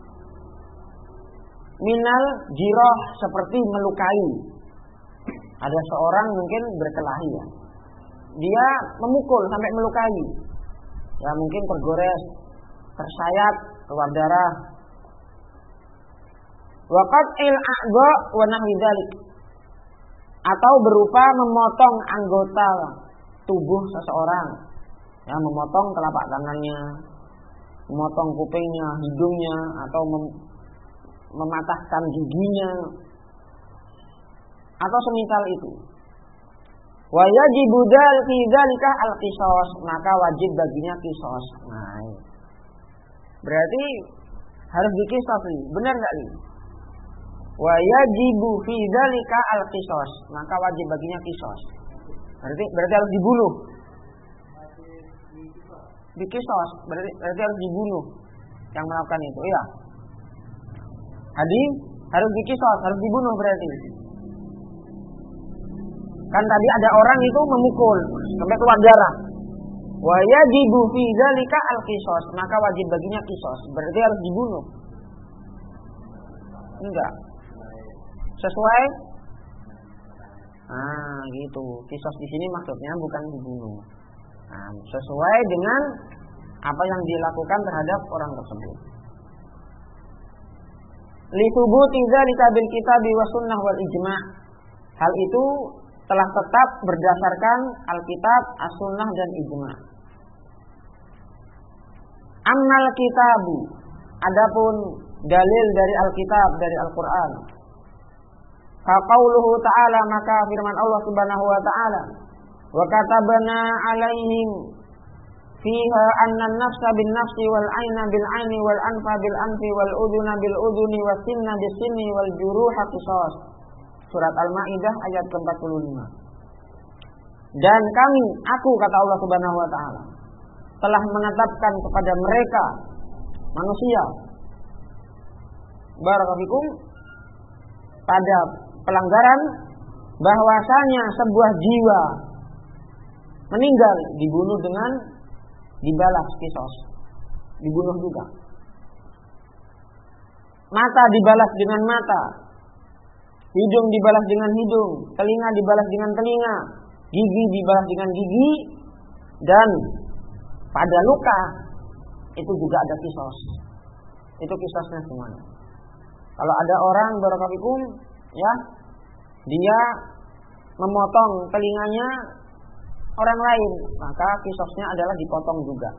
Minal jiroh, seperti melukai. Ada seorang mungkin berkelahi ya, dia memukul sampai melukai. Ya mungkin tergores, tersayat, keluar darah. Wa qat'il a'dha wa nahwi dzalik. Atau berupa memotong anggota tubuh seseorang. Ya, memotong telapak tangannya, memotong kupingnya, hidungnya, atau mem- mematahkan giginya, atau semisal itu. Wa yajibu fi dzalika al-qisas, maka wajib baginya qisas. Nah, berarti harus diqisas nih, benar enggak nih? Wa yajibu fi dzalika al-qisas, maka wajib baginya qisas. Berarti berarti harus dibunuh. Diqisas, berarti berarti harus dibunuh yang melakukan itu, ya. Tadi harus diqisas, harus dibunuh berarti. Kan tadi ada orang itu memukul sampai keluar darah. Wa yajibu fi dzalika al-qisas, maka wajib baginya qisas, berarti harus dibunuh. Enggak. Sesuai? Ah, gitu. Qisas di sini maksudnya bukan dibunuh. Nah, sesuai dengan apa yang dilakukan terhadap orang tersebut. Li thubuti dzalika bil kitabi was sunnah wal ijma'. Hal itu telah tetap berdasarkan Alkitab, As-Sunnah dan Ijma'. Ammal kitabu, adapun dalil dari Alkitab, dari Al-Qur'an. Fa qauluhu ta'ala, maka firman Allah Subhanahu wa ta'ala, wa katabna 'alaihim fiha anna an-nafsa bin nafsi wal 'aina bil 'aini wal anfa bil anfi wal udhuna bil udhuni was sinna bis sinni wal juruha qisas. Surat Al-Maidah ayat ke empat puluh lima. Dan kami, aku kata Allah Subhanahu wa taala, telah menetapkan kepada mereka manusia barakallahu pada pelanggaran bahwasanya sebuah jiwa meninggal dibunuh dengan dibalas qisas, dibunuh juga. Mata dibalas dengan mata, hidung dibalas dengan hidung, telinga dibalas dengan telinga, gigi dibalas dengan gigi, dan pada luka itu juga ada qisas. Itu qisasnya semuanya. Kalau ada orang barakallahu ya, dia memotong telinganya orang lain, maka qisasnya adalah dipotong juga.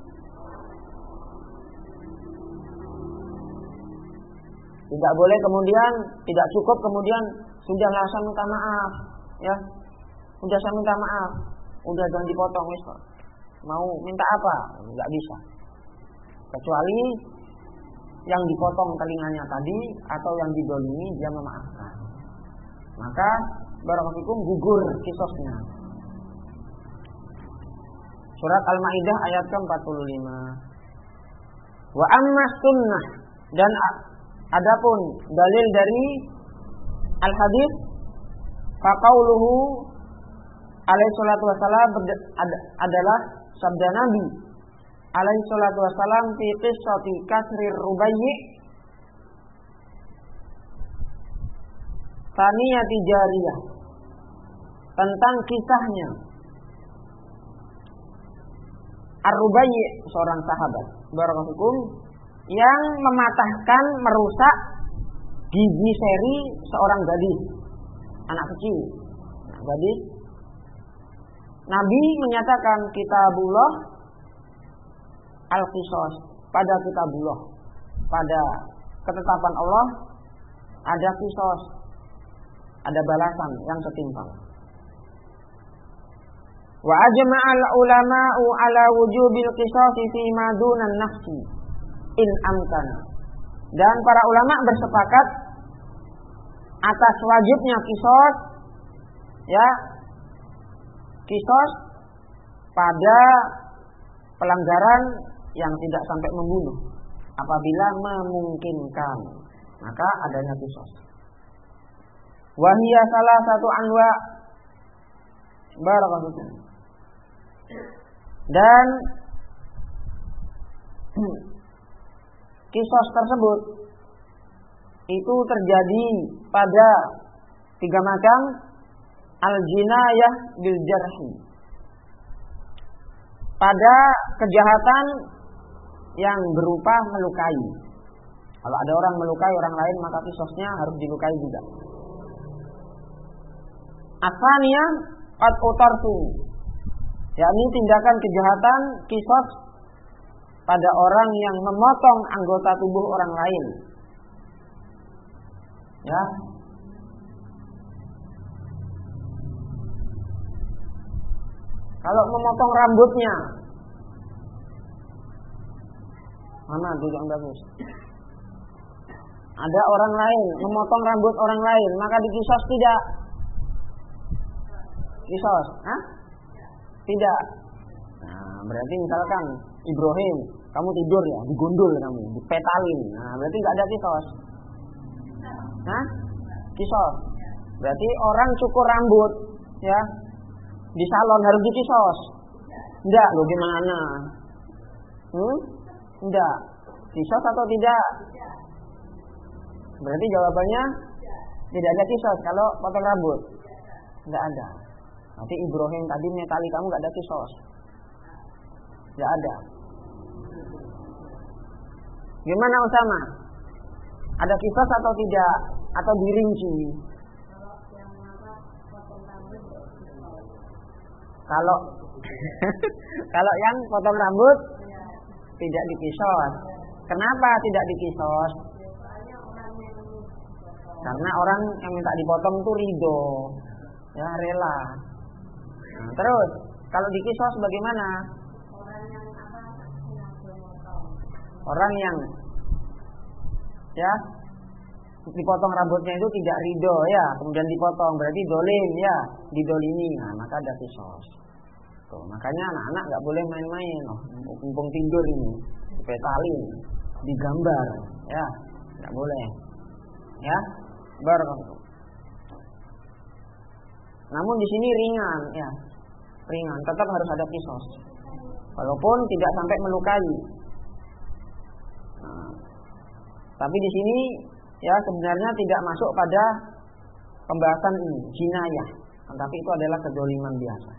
Tidak boleh kemudian, tidak cukup kemudian sudahlah saya minta maaf, ya, sudah saya minta maaf, udah jangan dipotong, wis. Mau minta apa? Enggak bisa. Kecuali yang dipotong telinganya tadi atau yang didolimi dia memaafkan. Maka barakallahu gugur qisasnya. Surat Al-Maidah ayat ke empat puluh lima. Wa amma sunnah, dan Adapun dalil dari al-hadis faqauluhu alaihi salatu wasalam adalah sabda Nabi alaihi salatu wasalam fi qissati kasrir rubayyi Taniyati jariyah, tentang kisahnya Ar-Rubayyi, seorang sahabat barakallahu yang mematahkan, merusak gigi seri seorang gadis, anak kecil, anak gadis. Nabi menyatakan kitabullah al-qisas, pada kitabullah, pada ketetapan Allah ada qisas, ada balasan yang setimpal. Wa ajma'al ulama'u ala wujubil qisasi fi ma dunan nafsi in amkana. Dan para ulama bersepakat atas wajibnya qisas, ya, qisas pada pelanggaran yang tidak sampai membunuh. Apabila memungkinkan, maka adanya qisas. Wa hiya salah satu anwa barakallahu. Dan qisas tersebut itu terjadi pada tiga macam: al-jinayah bil jarhi, pada kejahatan yang berupa melukai. Kalau ada orang melukai orang lain, maka qisasnya harus dilukai juga. Asaniyah qad utartu, yakni tindakan kejahatan qisas pada orang yang memotong anggota tubuh orang lain. Ya. Kalau memotong rambutnya, mana tuh yang bagus? Ada orang lain memotong rambut orang lain, maka diqisas tidak? Qisas, hah? Tidak. Nah, berarti misalkan Ibrahim, kamu tidur ya, digundul kamu, dipetalin. Nah, berarti nggak ada qisas. Hah? Qisas. Berarti orang cukur rambut, ya, di salon harus diqisas. Enggak, lo gimana? Hmm? Enggak. Qisas atau tidak? Berarti jawabannya tidak ada qisas kalau potong rambut. Enggak ada. Nanti Ibrahim tadi metali kamu enggak ada qisas. Enggak ada. Gimana Usama? Ada qisas atau tidak? Atau dirinci? Kalau kalau yang potong rambut tidak diqisas. Kenapa tidak diqisas? Karena orang yang minta dipotong itu ridho, ya, rela. Nah, terus kalau diqisas bagaimana? Orang yang ya dipotong rambutnya itu tidak ridho, ya, kemudian dipotong berarti dolim, ya, didolimi. Nah, maka ada qisas. Tuh, makanya anak-anak nggak boleh main-main. Oh, mumpung tidur ini, dipetalin, digambar, ya, nggak boleh, ya, barakallahu. Namun di sini ringan, ya, ringan, tetap harus ada qisas, walaupun tidak sampai melukai. Nah, tapi di sini, ya, sebenarnya tidak masuk pada pembahasan ini, jinayah, tetapi itu adalah kedoliman biasa.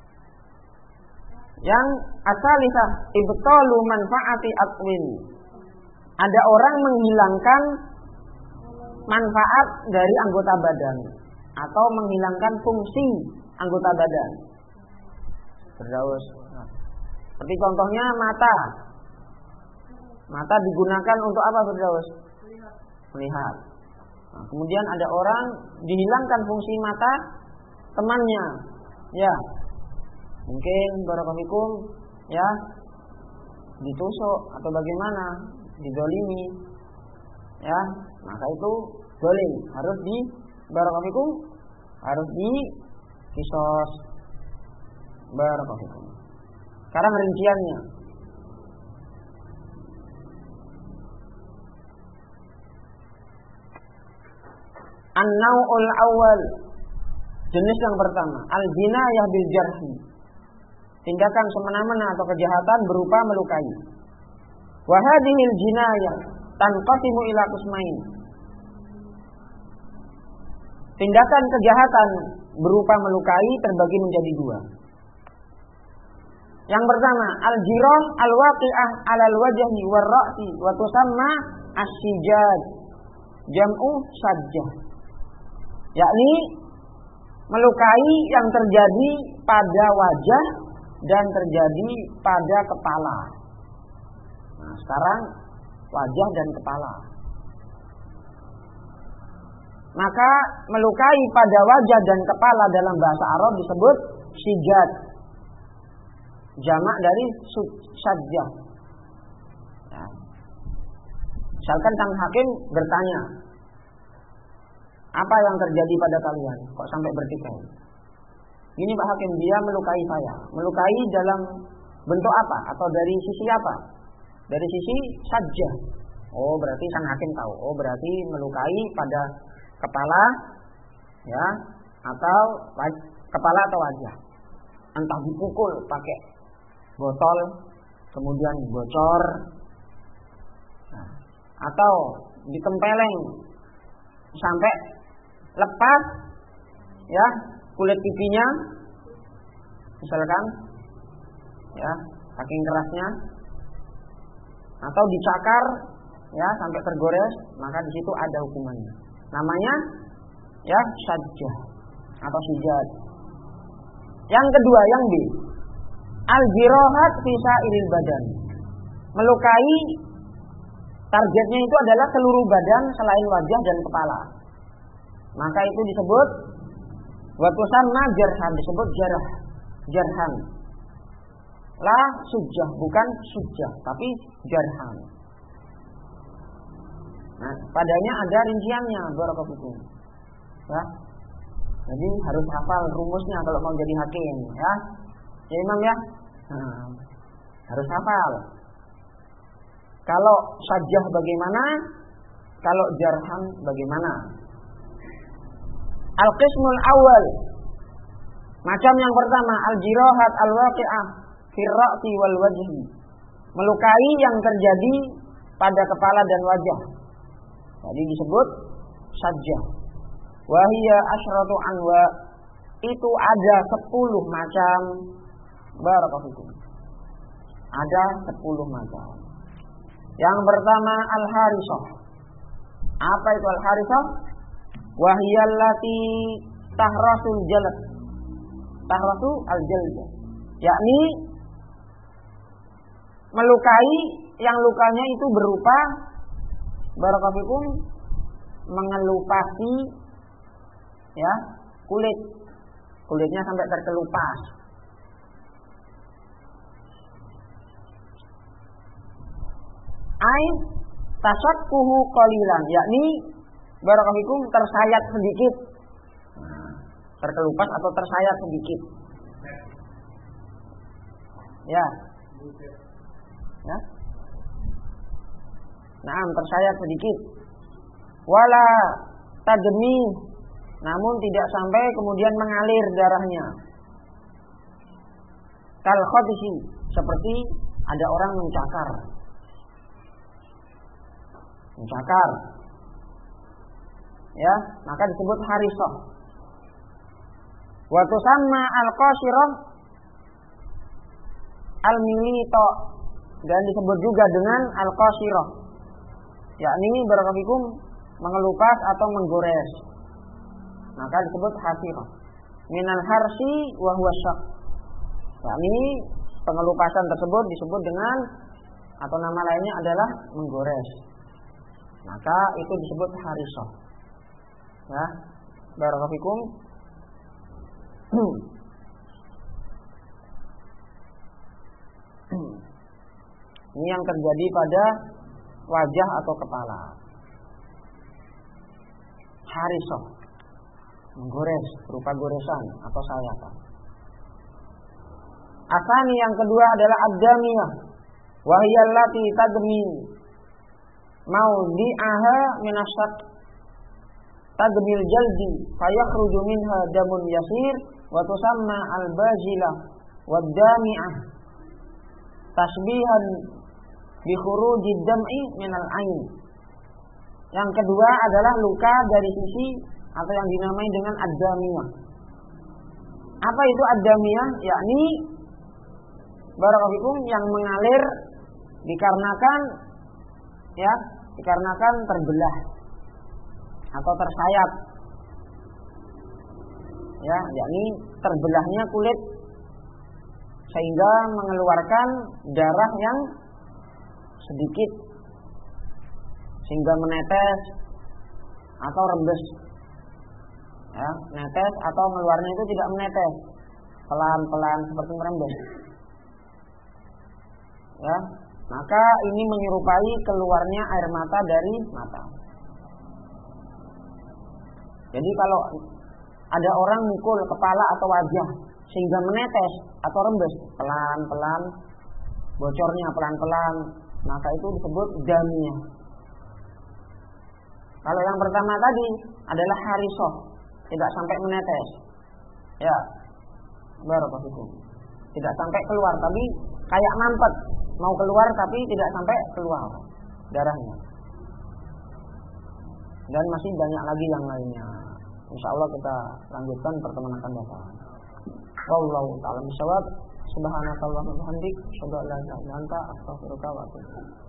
Yang asalisah ibtalu manfaati atwin. Ada orang menghilangkan manfaat dari anggota badan atau menghilangkan fungsi anggota badan. Terus, seperti contohnya mata. Mata digunakan untuk apa, Firdaus? Melihat. Nah, kemudian ada orang dihilangkan fungsi mata temannya, ya. Mungkin barakallahu, ya, ditusuk atau bagaimana, didolimi, ya, maka itu dolim, harus di barakallahu, harus di qisas, barakallahu. Sekarang rinciannya. An-naw'ul awal, jenis yang pertama, al-jinayah bil jarhi, tindakan semena-mena atau kejahatan berupa melukai. Wa hadhil jinayah tanqasimu ila qismain. Tindakan kejahatan berupa melukai terbagi menjadi dua. Yang pertama, al-jirah al-waqi'ah 'alal wajhi war ra'si wa tusamma as-sijaj, jam'u sajjah. Yakni melukai yang terjadi pada wajah dan terjadi pada kepala. Nah, sekarang wajah dan kepala. Maka melukai pada wajah dan kepala dalam bahasa Arab disebut sijad. Jamak dari sajjah. Ya. Misalkan sang hakim bertanya, apa yang terjadi pada kalian? Kok sampai bertikai? Gini Pak Hakim, dia melukai saya. Melukai dalam bentuk apa? Atau dari sisi apa? Dari sisi sajjah. Oh, berarti sang hakim tahu. Oh, berarti melukai pada kepala, ya, atau waj- kepala atau wajah. Entah dipukul pakai botol, kemudian bocor, nah, atau ditempeleng sampai lepas, ya, kulit pipinya, misalkan, ya, saking kerasnya, atau dicakar, ya, sampai tergores, maka di situ ada hukumannya. Namanya, ya, sajjah atau sijad. Yang kedua, yang B, al-jirahat fi sa'iril badan. Melukai targetnya itu adalah seluruh badan selain wajah dan kepala. Maka itu disebut wa tusamma jarhan, disebut jarah, jarhan. La sujjah, bukan sujjah, tapi jarhan. Nah, padanya ada rinciannya, barakallahu. Ya. Jadi harus hafal rumusnya kalau mau jadi hakim, ya. Ya Imam ya. Nah, harus hafal. Kalau sajjah bagaimana? Kalau jarhan bagaimana? Al-qismul awal. Macam yang pertama, al-jirahat al-waqi'ah fi ra'si wal wajhi. Melukai yang terjadi pada kepala dan wajah. Jadi disebut sajjah. Wa hiya asyratu anwa. Itu ada sepuluh macam. Barakallahu. Ada sepuluh macam. Yang pertama al-harisah. Apa itu al-harisah? Wa hiya allati tahrasul jalad. Tahrasu al-jalad. Yakni melukai yang lukanya itu berupa barakallahu mengelupasi, ya, kulit. Kulitnya sampai terkelupas. Ai tasakkuhu qalilan, yakni barakallahu tersayat sedikit. Nah, terkelupas atau tersayat sedikit. Ya. Ya. Nah, tersayat sedikit. Wala tadmi, namun tidak sampai kemudian mengalir darahnya. Kal khadshi, seperti ada orang mencakar. Mencakar. Ya, maka disebut harisah. Wa tusamma al-qasirah al-milita, dan disebut juga dengan al-qasirah, yakni barakallahu mengelupas atau menggores, maka disebut hasirah. Minal harsi wa huwa syak, yakni pengelupasan tersebut disebut dengan atau nama lainnya adalah menggores, maka itu disebut harisah. Ya, barakallahu. Ini yang terjadi pada wajah atau kepala. Harisah, menggores, berupa goresan atau sayatan. Asani yang kedua adalah ad-damiyah, wa hiya allati tadmi mawdi'aha minasyat, tadmil jaldi fayakhruju minha damun yasir wa tusamma al-bazilah wad dami'ah tasbihan bi khurujid dam'i minal ain. Yang kedua adalah luka dari sisi atau yang dinamai dengan ad-damiyah. Apa itu ad-damiyah? Yakni barakallahu yang mengalir dikarenakan ya, dikarenakan terbelah atau tersayat. Ya, yakni terbelahnya kulit sehingga mengeluarkan darah yang sedikit sehingga menetes atau rembes. Ya, menetes atau mengeluarnya itu tidak menetes, pelan-pelan seperti merembes. Ya, maka ini menyerupai keluarnya air mata dari mata. Jadi kalau ada orang mukul kepala atau wajah sehingga menetes atau rembes pelan-pelan, bocornya pelan-pelan, maka itu disebut damiyah. Kalau yang pertama tadi adalah harisoh, tidak sampai menetes. Ya, barakallahu. Tidak sampai keluar, tapi kayak mampet, mau keluar tapi tidak sampai keluar darahnya. Dan masih banyak lagi yang lainnya. Insyaallah kita lanjutkan pertemuan akan datang. Wallahu ta'ala bishawab. Subhanakallahumma wa bihamdik, asyhadu an la ilaha illa anta, astaghfiruka wa atubu ilaik.